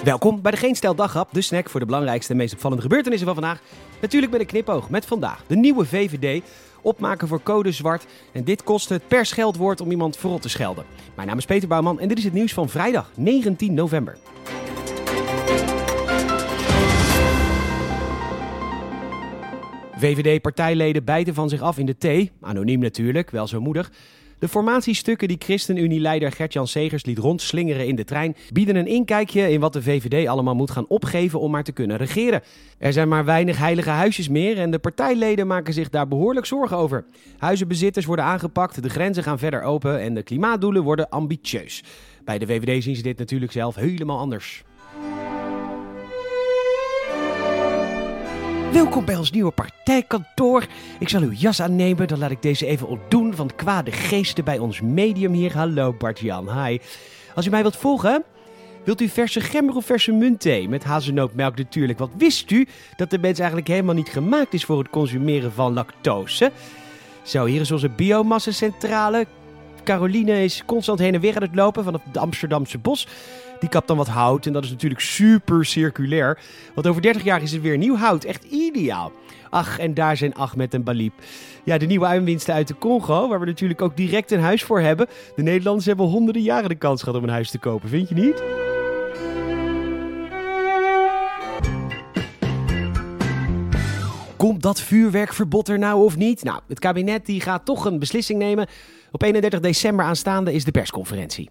Welkom bij de Geen Stijl Daghap, de snack voor de belangrijkste en meest opvallende gebeurtenissen van vandaag. Natuurlijk met een knipoog met vandaag de nieuwe VVD, opmaken voor code zwart. En dit kost het per scheldwoord om iemand verrot te schelden. Mijn naam is Peter Bouwman en dit is het nieuws van vrijdag 19 november. VVD-partijleden bijten van zich af in de thee, anoniem natuurlijk, wel zo moedig. De formatiestukken die ChristenUnie-leider Gert-Jan Segers liet rondslingeren in de trein bieden een inkijkje in wat de VVD allemaal moet gaan opgeven om maar te kunnen regeren. Er zijn maar weinig heilige huisjes meer en de partijleden maken zich daar behoorlijk zorgen over. Huizenbezitters worden aangepakt, de grenzen gaan verder open en de klimaatdoelen worden ambitieus. Bij de VVD zien ze dit natuurlijk zelf helemaal anders. Welkom bij ons nieuwe partijkantoor. Ik zal uw jas aannemen, dan laat ik deze even ontdoen van kwade geesten bij ons medium hier. Hallo Bart-Jan, hi. Als u mij wilt volgen, wilt u verse gember of verse muntthee? Met hazelnootmelk natuurlijk, want wist u dat de mens eigenlijk helemaal niet gemaakt is voor het consumeren van lactose? Zo, hier is onze biomassacentrale. Caroline is constant heen en weer aan het lopen vanaf het Amsterdamse bos. Die kapt dan wat hout en dat is natuurlijk super circulair. Want over 30 jaar is het weer nieuw hout. Echt ideaal. Ach, en daar zijn Ahmed en Balib. Ja, de nieuwe uitwinsten uit de Congo, waar we natuurlijk ook direct een huis voor hebben. De Nederlanders hebben honderden jaren de kans gehad om een huis te kopen, vind je niet? Komt dat vuurwerkverbod er nou of niet? Nou, het kabinet die gaat toch een beslissing nemen. Op 31 december aanstaande is de persconferentie.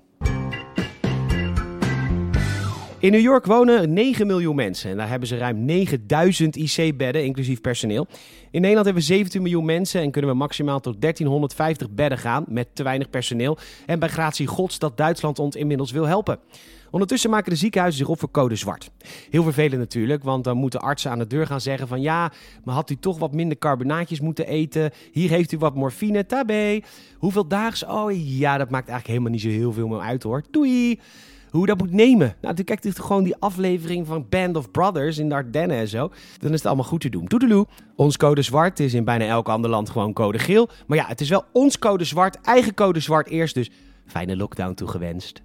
In New York wonen 9 miljoen mensen en daar hebben ze ruim 9000 IC-bedden, inclusief personeel. In Nederland hebben we 17 miljoen mensen en kunnen we maximaal tot 1350 bedden gaan met te weinig personeel. En bij gratie gods dat Duitsland ons inmiddels wil helpen. Ondertussen maken de ziekenhuizen zich op voor code zwart. Heel vervelend natuurlijk, want dan moeten artsen aan de deur gaan zeggen van ja, maar had u toch wat minder carbonaatjes moeten eten? Hier heeft u wat morfine, tabé. Hoeveel daags? Oh ja, dat maakt eigenlijk helemaal niet zo heel veel meer uit hoor. Doei! Hoe je dat moet nemen. Nou, toen kijkt u gewoon die aflevering van Band of Brothers in de Ardennen en zo. Dan is het allemaal goed te doen. Toedeloe. Ons code zwart is in bijna elk ander land gewoon code geel. Maar ja, het is wel ons code zwart, eigen code zwart eerst. Dus fijne lockdown toegewenst.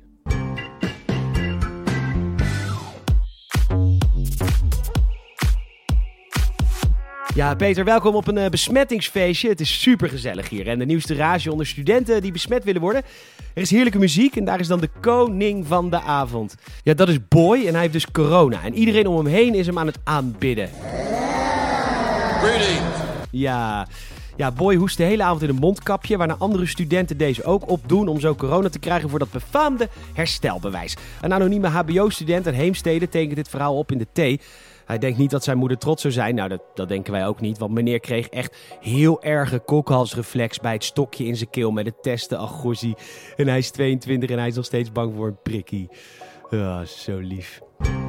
Ja, Peter, welkom op een besmettingsfeestje. Het is super gezellig hier. En de nieuwste rage onder studenten die besmet willen worden. Er is heerlijke muziek en daar is dan de koning van de avond. Ja, dat is Boy en hij heeft dus corona. En iedereen om hem heen is hem aan het aanbidden. Greetings. Ja, Boy hoest de hele avond in een mondkapje, waarna andere studenten deze ook opdoen om zo corona te krijgen voor dat befaamde herstelbewijs. Een anonieme hbo-student uit Heemstede tekent dit verhaal op in de thee. Hij denkt niet dat zijn moeder trots zou zijn. Nou, dat denken wij ook niet. Want meneer kreeg echt heel erge kokhalsreflex bij het stokje in zijn keel met het testen. Ach, gossie. En hij is 22 en hij is nog steeds bang voor een prikkie. Ah, zo lief.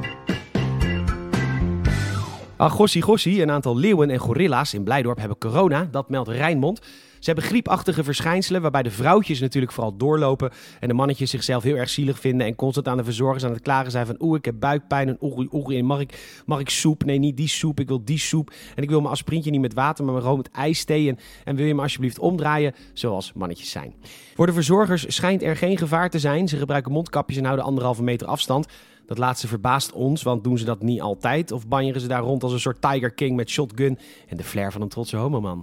Ach, gossie. Een aantal leeuwen en gorilla's in Blijdorp hebben corona. Dat meldt Rijnmond. Ze hebben griepachtige verschijnselen waarbij de vrouwtjes natuurlijk vooral doorlopen en de mannetjes zichzelf heel erg zielig vinden en constant aan de verzorgers aan het klagen zijn van ik heb buikpijn en oei, en mag ik soep? Nee, niet die soep, ik wil die soep. En ik wil mijn aspirintje niet met water, maar gewoon met ijsthee en wil je me alsjeblieft omdraaien zoals mannetjes zijn. Voor de verzorgers schijnt er geen gevaar te zijn. Ze gebruiken mondkapjes en houden 1,5 meter afstand. Dat laatste verbaast ons, want doen ze dat niet altijd? Of banjeren ze daar rond als een soort Tiger King met shotgun en de flair van een trotse homoman?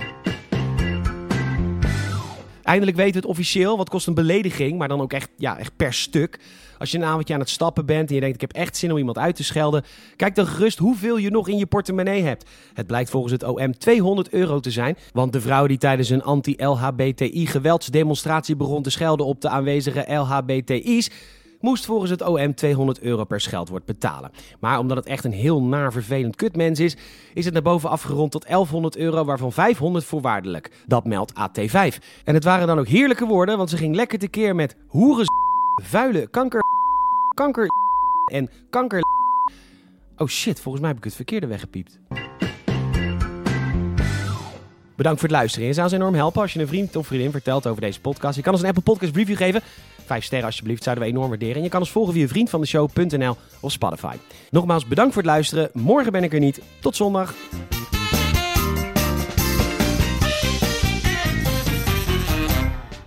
Eindelijk weten we het officieel. Wat kost een belediging, maar dan ook echt per stuk. Als je een avondje aan het stappen bent en je denkt ik heb echt zin om iemand uit te schelden. Kijk dan gerust hoeveel je nog in je portemonnee hebt. Het blijkt volgens het OM €200 te zijn. Want de vrouw die tijdens een anti-LHBTI geweldsdemonstratie begon te schelden op de aanwezige LHBTI's... moest volgens het OM €200 per scheldwoord betalen. Maar omdat het echt een heel naar vervelend kutmens is het naar boven afgerond tot €1100, waarvan €500 voorwaardelijk. Dat meldt AT5. En het waren dan ook heerlijke woorden, want ze ging lekker tekeer met hoeren, vuile, kanker en kanker. Oh shit, volgens mij heb ik het verkeerde weggepiept. Bedankt voor het luisteren. Je zou ons enorm helpen als je een vriend of vriendin vertelt over deze podcast. Je kan ons een Apple Podcast review geven. 5 sterren alsjeblieft, zouden we enorm waarderen. En je kan ons volgen via vriendvandeshow.nl of Spotify. Nogmaals bedankt voor het luisteren. Morgen ben ik er niet. Tot zondag.